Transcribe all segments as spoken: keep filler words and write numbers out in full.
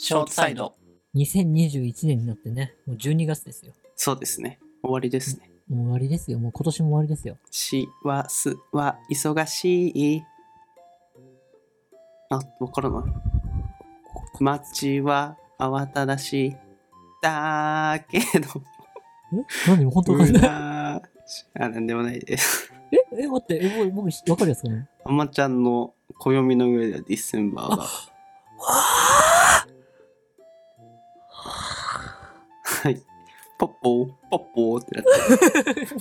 ショートサイド。 にせんにじゅういちねんになってね、もうじゅうにがつですよ。 そうですね。終わりですね。 もう終わりですよ。もう今年も終わりですよ。 しわすは忙しい。あ、わからない。街は慌ただしい。だけど。 え何本当わかんない。 あ、なんでもないです。 ええ、待って、え、僕、僕わかるやつかな。 あまちゃんの暦の上ではディセンバーが。はい。ポッポー、ポッポーってなってる。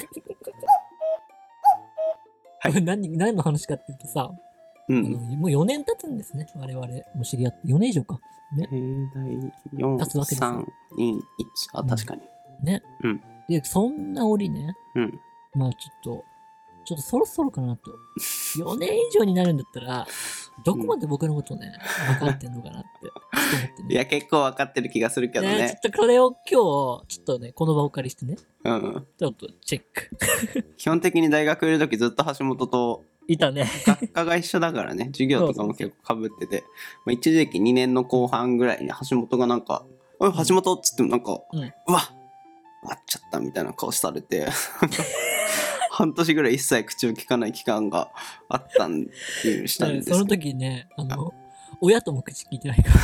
はい、何何の話かっていうとさ、 うん、 あのもうよねん経つんですね。我々も知り合ってよねん以上か。ね。 だいよん、さん、に、いち。あ、確かに。 うん、ね。 うん。 で、そんな折ね。 うん。 まあちょっと、ちょっとそろそろかなと。よねん以上になるんだったら、どこまで僕のことね、分かってんのかなって、ちょっと思ってね。 いや、結構分かってる気がするけどね。 ね、ちょっとこれを今日、ちょっとね、この場をお借りしてね。 うん。 ちょっとチェック。 基本的に大学いるときずっと橋本と、 いたね。 学科が一緒だからね、授業とかも結構被ってて、まあ、一時期にねんの後半ぐらいに橋本がなんか、おい、橋本っつってもなんか、うん、うわ終わっちゃったみたいな顔されて、半年ぐらい一切口を聞かない期間があったんでしたんですけど。 その時ね、あの、親とも口聞いてないから。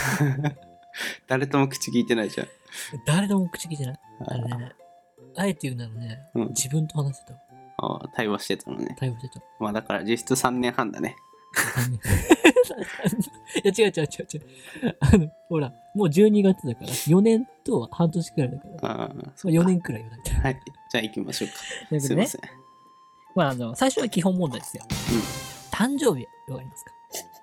誰とも口聞いてないじゃん。 誰とも口聞いてない。あれね、あえて言うならね、うん、自分と話してた。 ああ、対話してたのね。 対話してた。 まあだから実質さんねんはんだね。 いや違う違う違う違う。あの、ほら、もうじゅうにがつだから、よねんと半年くらいだから。ああ、そうよねんくらいよだいたい。 はい。じゃあ行きましょうか。ね、すいません。 まああの、最初は基本問題ですよ。うん。誕生日、わかりますか？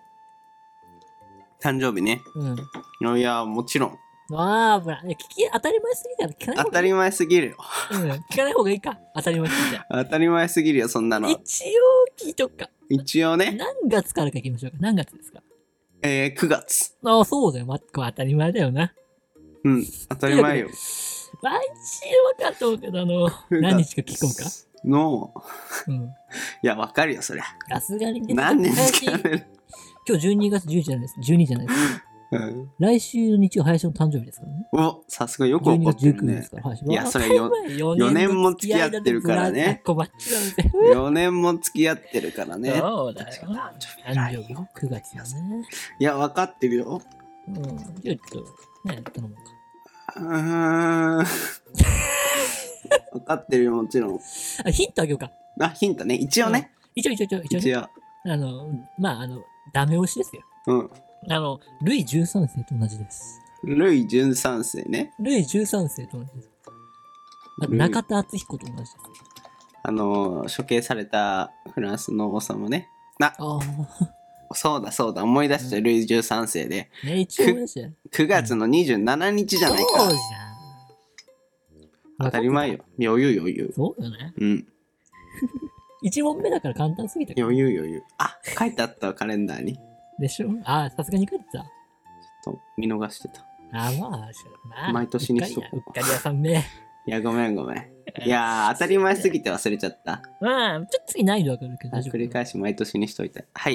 誕生日ね。うん。いや、もちろん。 ああ、ほら、聞き、当たり前すぎたら聞かない方がいい。 当たり前すぎるよ。 うん、聞かない方がいいか。当たり前すぎちゃう。 当たり前すぎるよ、そんなの。 一応聞いとくか。 一応ね。 何月からか聞きましょうか。何月ですか？ えー、くがつ。 ああ、そうだよ。ま、これ当たり前だよな。 うん、当たり前よ。 まあ、一応分かった思うけど、あの、何日か聞こうか。 の、うん。いや、分かるよ、そりゃ。 さすがにね。 何日かね。 今日じゅうにがつじゅういちじゃないです。じゅうにじゃないです。うん、来週の日曜、林の誕生日ですからね。 お、さすがよく怒ってるね。いや、それよよねんも付き合ってるからね。 困っちゃうぜ。 よねんも付き合ってるからね。 そうだよ。誕生日くがつだね。 いや、分かってるよ。 うん。ちょっと、ね、頼もうか。 うーん。分かってるよ、もちろん。 あ、ヒントあげようか。 あ、ヒントね。一応ね。 一応、一応、一応。 一応。 あの、まあ、あの、ダメ押しですよ。うん。あの、ルイじゅうさんせいと同じです。 ルイじゅうさんせいね。 ルイじゅうさんせいと同じです。あと中田敦彦と同じです。 あの、処刑されたフランスの王様ね。ああそうだそうだ、思い出した、うん、ルイじゅうさんせいで。 ね、一応ですよ。 くがつのにじゅうしちにちじゃないか。 そうじゃん。 当たり前よ。余裕余裕。 そうよね。 うん。 いち問目だから簡単すぎた。 余裕余裕。あ、書いてあったわ、カレンダーに。 でしょ？ああ、さすがに書いてた。ちょっと見逃してた。 ああ、まあ、まあ、 毎年にしとこう。うっかり屋さんめ。 いや、ごめんごめん。いやー、当たり前すぎて忘れちゃった。 まあ、ちょっと次難易度わかるけど。 繰り返し毎年にしといて。はい。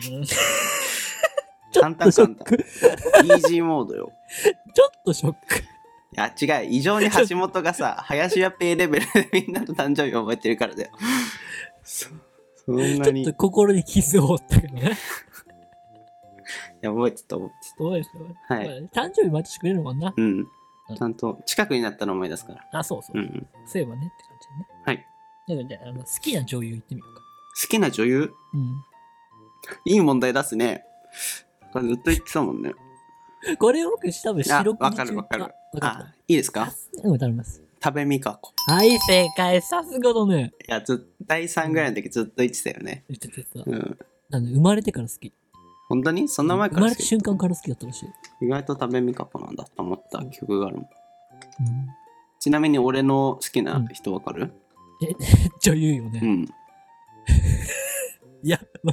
簡単簡単。 イージーモードよ。 ちょっとショック。 いや、違う。異常に橋本がさ、林家ペイレベルでみんなの誕生日覚えてるからだよ。そ、そんなに。 ちょっと心に傷を負ったけどね。 いや、覚えてた、覚えてた。 覚えてた。 はい。 誕生日毎年くれるもんな。 うん。ちゃんと近くになったの思い出すから。 あ、そうそう。うん、そういえばねって感じでね。 はい。 じゃあ、あの好きな女優言ってみようか。 好きな女優？うん。いい問題出すね。ずっと言ってたもんね。 これを僕多分白くわかるわかる。あ、いいですか？ うん、頼みます。 多部未華子。 はい、正解。さすがだね。 いや、ずだいさんぐらいの時ずっと言ってたよね。 言ってた。うん。あの生まれてから好き。 本当にそんな前から好き？生まれた瞬間から好きだったらしい。 意外と多部未華子なんだと思った記憶があるもん。うん、ちなみに俺の好きな人わかる？ え、女優よね。うん。いや、ま、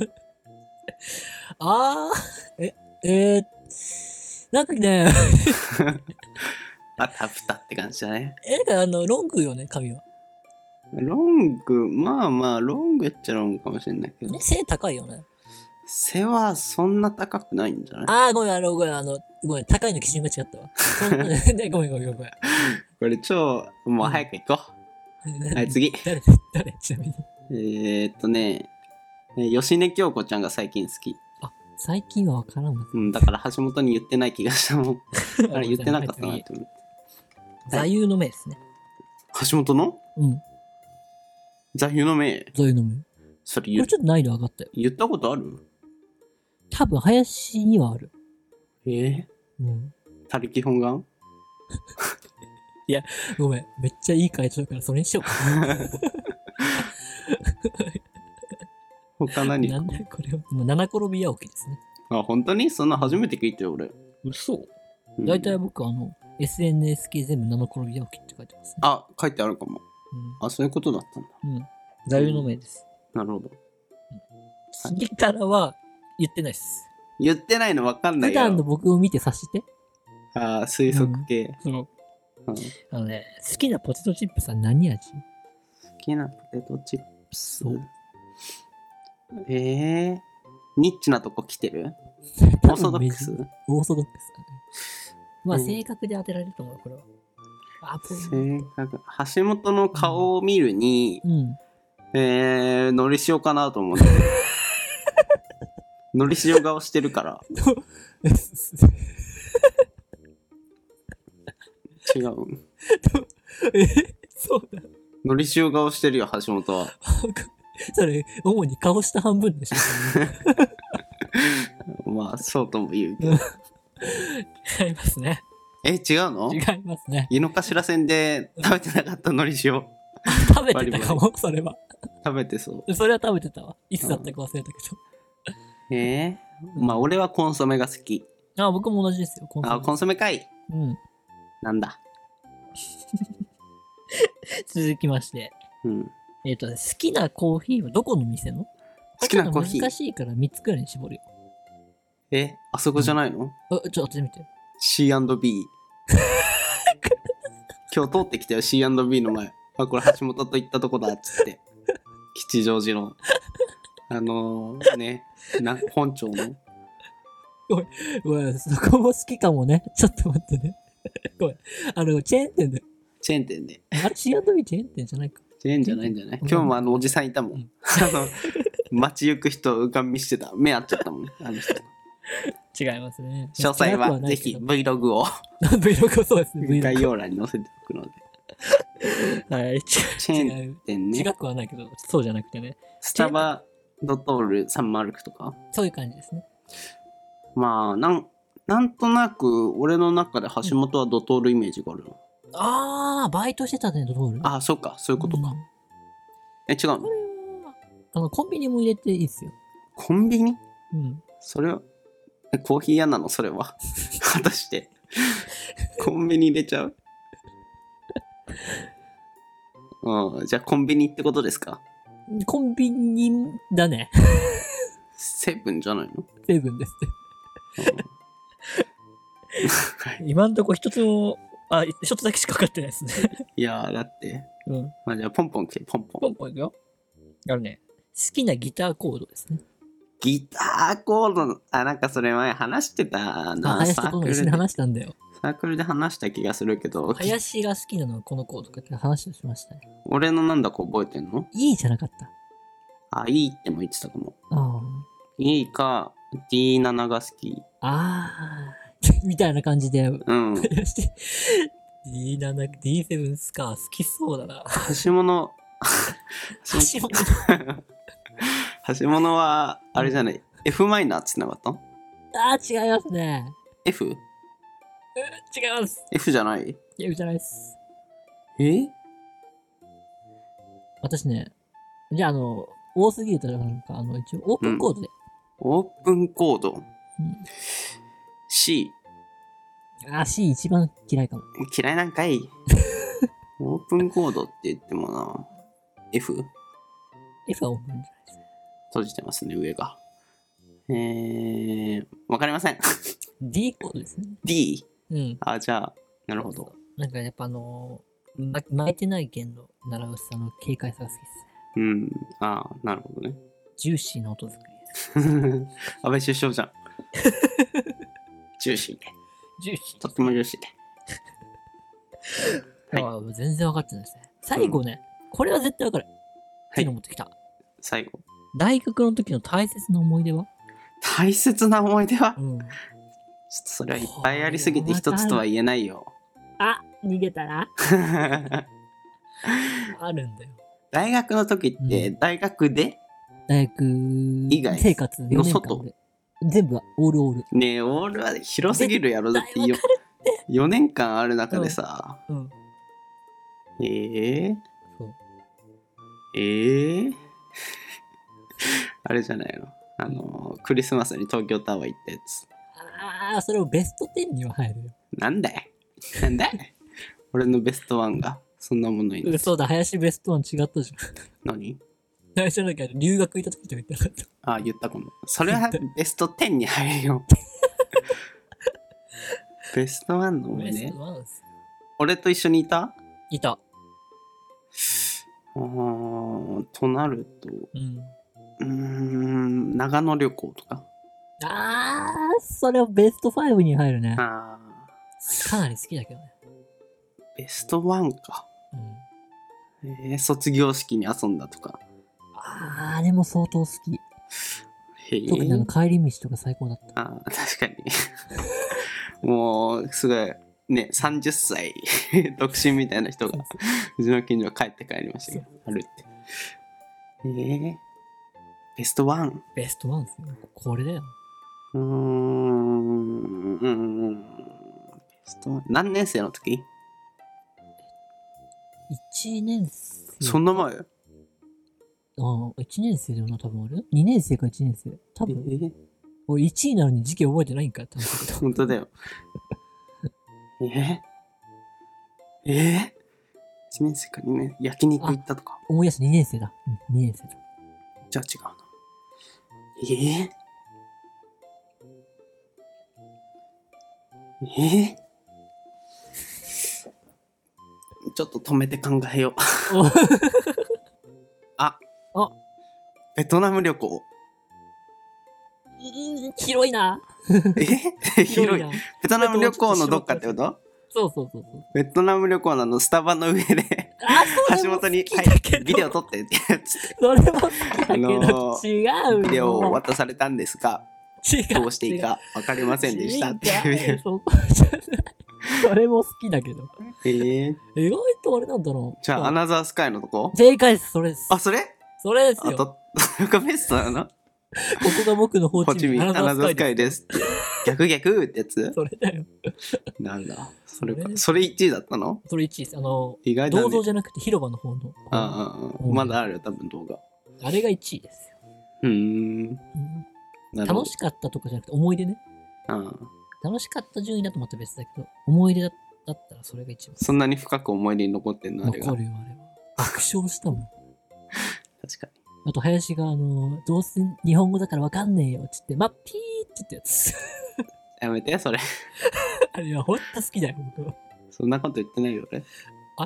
あー、え、えー、なんかね、 あたふたって感じだね。 え、なんかあの、ロングよね、髪は。 ロング、まあまあ、ロングっちゃロングかもしれないけど。 ね、背高いよね。 背はそんな高くないんじゃない？ あー、ごめん、あの、ごめん、あの、ごめん、高いの基準が違ったわ。そんな、ね、ごめん、ごめん、ごめん。 これ超、もう早く行こう。はい、次。 誰、誰、ちなみに。 えー、っとね、えー吉根京子ちゃんが最近好き。 あ、最近はわからんわ。 うん、だから橋本に言ってない気がしたもん。あれ言ってなかったなって思って。 座右の銘ですね。 橋本のうん。 座右の銘。 座右の銘。 それ言これちょっと難易度上がったよ。 言ったことある？ 多分、林にはある。 えー、 うん。 他力本願？ ごめん。めっちゃいい回答だから、それにしようか。 他何なんだよ、これは。もう七転び八起きですね。 あ、本当にそんな初めて聞いたよ、俺。 嘘。 うん大体僕、あの、エスエヌエス 系全部七転び八起きって書いてますね。 あ、書いてあるかも。あ、そういうことだったんだ。 うん。うん。座右の銘です。 なるほど。 次からは言ってないっす。 言ってないの分かんないよ。 普段の僕を見て察して。 あー推測系、 そう。 うん好あのね、好きなポテトチップスは何味？ きなポテトチップス。 そう。 えー、ニッチなとこ来てる？オーソドックス？ オーソドックスだね。まあ、 うん正確で当てられると思う、これは。あ、ぽい。 正確。橋本の顔を見るに、 うん。 えー、のり塩かなと思うんだけど。のり塩顔してるから。違う。 えそうだ。 のり塩顔してるよ、橋本は。 それ、主に顔した半分でしょ。 まあ、そうとも言うけど。 違いますね。 え、違うの？ 違いますね。 井の頭線で食べてなかったのり塩。 食べてたかも、それは。 食べてそう。 それは食べてたわ。いつだったか忘れたけえー、まあ、俺はコンソメが好き。 ど。あ、僕も同じですよ。コンソメあ、コンソメかい。 うん。 なんだ。 続きまして。 うん。 えっ、と、好きなコーヒーはどこの店の？ 好きなコーヒー難しいからみっつくらいに絞るよ。 え、あそこじゃないの？ あ、ちょっと当ててみて。 シーアンドビー 今日通ってきたよ シーアンドビー の前。あ、これ橋本と行ったとこだっつって吉祥寺のあのー、ねな本町のごめん、そこも好きかもね。ちょっと待ってね。ごめん。あの、チェーン店で。 チェーン店で。 あれ シーアンドビー チェーン店じゃないか。 チェーンじゃないんじゃない？ うん今日もあのおじさんいたもん、 うんあの街行く人うかん見してた。目合っちゃったもんあの人。 違いますね。 詳細はぜひ Vlog を Vlog そうですね。 概要欄に載せておくので。 はい。 チェーン店ね。 違くはないけど、そうじゃなくてね。 スタバドトールサンマルクとか。 そういう感じですね。 まあなんなんとなく俺の中で橋本はドトールイメージがあるの。 あー、バイトしてたね、ドトール。 ああ、そうか、そういうことか。 うんえ、違うの？ これは、あの、コンビニも入れていいですよ。 コンビニ？ うん。 それは、えコーヒー屋なのそれは。果たして。コンビニ入れちゃう？うん、じゃあコンビニってことですか？ コンビニだね。 セブンじゃないの？ 成分ですはいね。今んとこ一つも、あ、一つだけしかかかってないですね。 いやーだって、 うん。 まあじゃあポンポン来て、ポンポン。 ポンポンいくよ。あのね、好きなギターコードですね。 ギターコードの、あ、なんかそれ前話してたあ、 な。 林サークルで。 とこの一緒に話したんだよ。 サークルで話した気がするけど、 林が好きなのはこのコードかって話をしましたね。 俺のなんだか覚えてんの？ いいじゃなかった。 あ、いいっても言ってたかも。 あいいか、ディーセブン が好き。 あ。あー。みたいな感じで。 うん。 ディーセブン、ディーセブン スカー好きそうだな。 橋物、 橋本。 橋物は、あれじゃない、F マイナーっつってなかった？ あー、違いますね。 F？ 違います。 F じゃない？ いや、じゃないです。 え？ 私ね、じゃあ、あの、多すぎるとなんか、あの、一応、オープンコードで。 オープンコード。 うん C。 あー、C 一番嫌いかも。 嫌いなんかい。オープンコードって言ってもな。F？ F はオープンじゃないです。 閉じてますね、上が。えー、わかりません。 D コードですね。 D？ うん。 あ、じゃあ、なるほど。 なんかやっぱあのー、ま巻いてない弦の習うさの軽快さが好きですね。 うん。ああ、なるほどね。 ジューシーな音作りです安倍首相じゃん。ジューシーで。 ジューシー。 とってもジューシーで。はいああ全然分かってないですね。最後ね、うん、これは絶対分かる。っていうの持ってきた。 最後。 大学の時の大切な思い出は？ 大切な思い出は、うん、ちょっとそれはいっぱいありすぎて一つとは言えないよ。 あ、逃げたな。あるんだよ。 大学の時って大学で、うん、 大学以外生活の外全部はオールオール。 ねえ、オールは広すぎるやろ。だってよよねんかんある中でさ、うんうん、えー、そうえー、あれじゃないの、あのクリスマスに東京タワー行ったやつ。 ああ、それをベストじゅうには入るよ。 なんだいなんだい俺のベストワンがそんなものになっちゃう。 そうだ、林ベストワン違ったじゃん。 何？ 最初なんか留学行った時とか言ってなかった。 ああ、言ったかも。それはベストじゅうに入るよ。ベストワンの思い出、ね、俺と一緒にいたいた。 あーとなると、うん、うーん長野旅行とか。 あー、それはベストごに入るね。あー、かなり好きだけどね。 ベストワンか、うん、えー、卒業式に遊んだとか。 あー、でも相当好き。特にあの帰り道とか最高だった。 あー、確かに。もうすごいね、さんじゅっさい独身みたいな人がうちの近所帰って帰りましたけど、歩いて。えー、ベストワン。 ベストワンですよ。これだよ。 うーん、うん、ベストワン。何年生の時？いちねん生。 そんな前？ ああ、いちねん生だよな、多分俺。にねん生かいちねん生。多分。えー、おい、いちいなのに時期覚えてないんかって思ったけど。 本当だよ。ええー、いちねん生かにねん、焼肉行ったとか。 思い出した、にねん生だ。うん、にねん生だ。 じゃあ違うな。えー、えー、ちょっと止めて考えよう。あ、あ、ベトナム旅行。 うん、広いな。 え広い。ベトナム旅行のどっかってこと？ そうそうそうそう。 ベトナム旅行のあのスタバの上で橋本に、はい、ビデオ撮ってってやつで。 それも好きだけど、あのー、違う。 ビデオを渡されたんですが、 違う。 どうしていいか分かりませんでしたっていう。 そこじゃない。それも好きだけど。 えー、 意外とあれなんだろう。 じゃあ、アナザースカイのとこ？ 正解です、それです。 あ、それ？ それですよ。 あと、がベストなの？ ここが僕のホーチミン、 アナザースカイですって。逆逆ってやつ？ それだよ。 なんだ。それか。それいちいだったの？ それいちいです。あの、 意外だね。 銅像じゃなくて広場の方の。 ああ、まだあるよ、多分動画。 あれがいちいですよ。 うーん。 楽しかったとかじゃなくて思い出ね。 ああ。 楽しかった順位だとまた別だけど、思い出だったらそれが一番。 そんなに深く思い出に残ってんの？あれが。 残るよ、あれは。爆笑したもん。 確かに。 あと、林が、あの、どうせ日本語だからわかんねえよ、つって、まっぴーって言ったやつ。 やめて、それ。 あれはほんと好きだよ、僕は。 そんなこと言ってないよ、俺。 あれ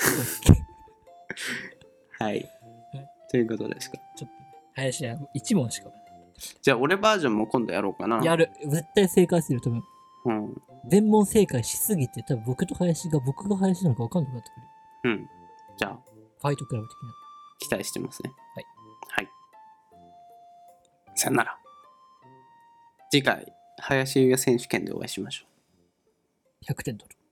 はい。ということですか。 ちょっと、林は一問しか。 じゃあ、俺バージョンも今度やろうかな。 やる。絶対正解する、多分。 うん。 全問正解しすぎて、多分僕と林が、僕が林なのかわかんなくなってくる。うん。じゃあ、 ファイトクラブ的な。 期待してますね。 はい。 はい。さよなら。次回、林優也選手権でお会いしましょう。 ひゃくてん取る。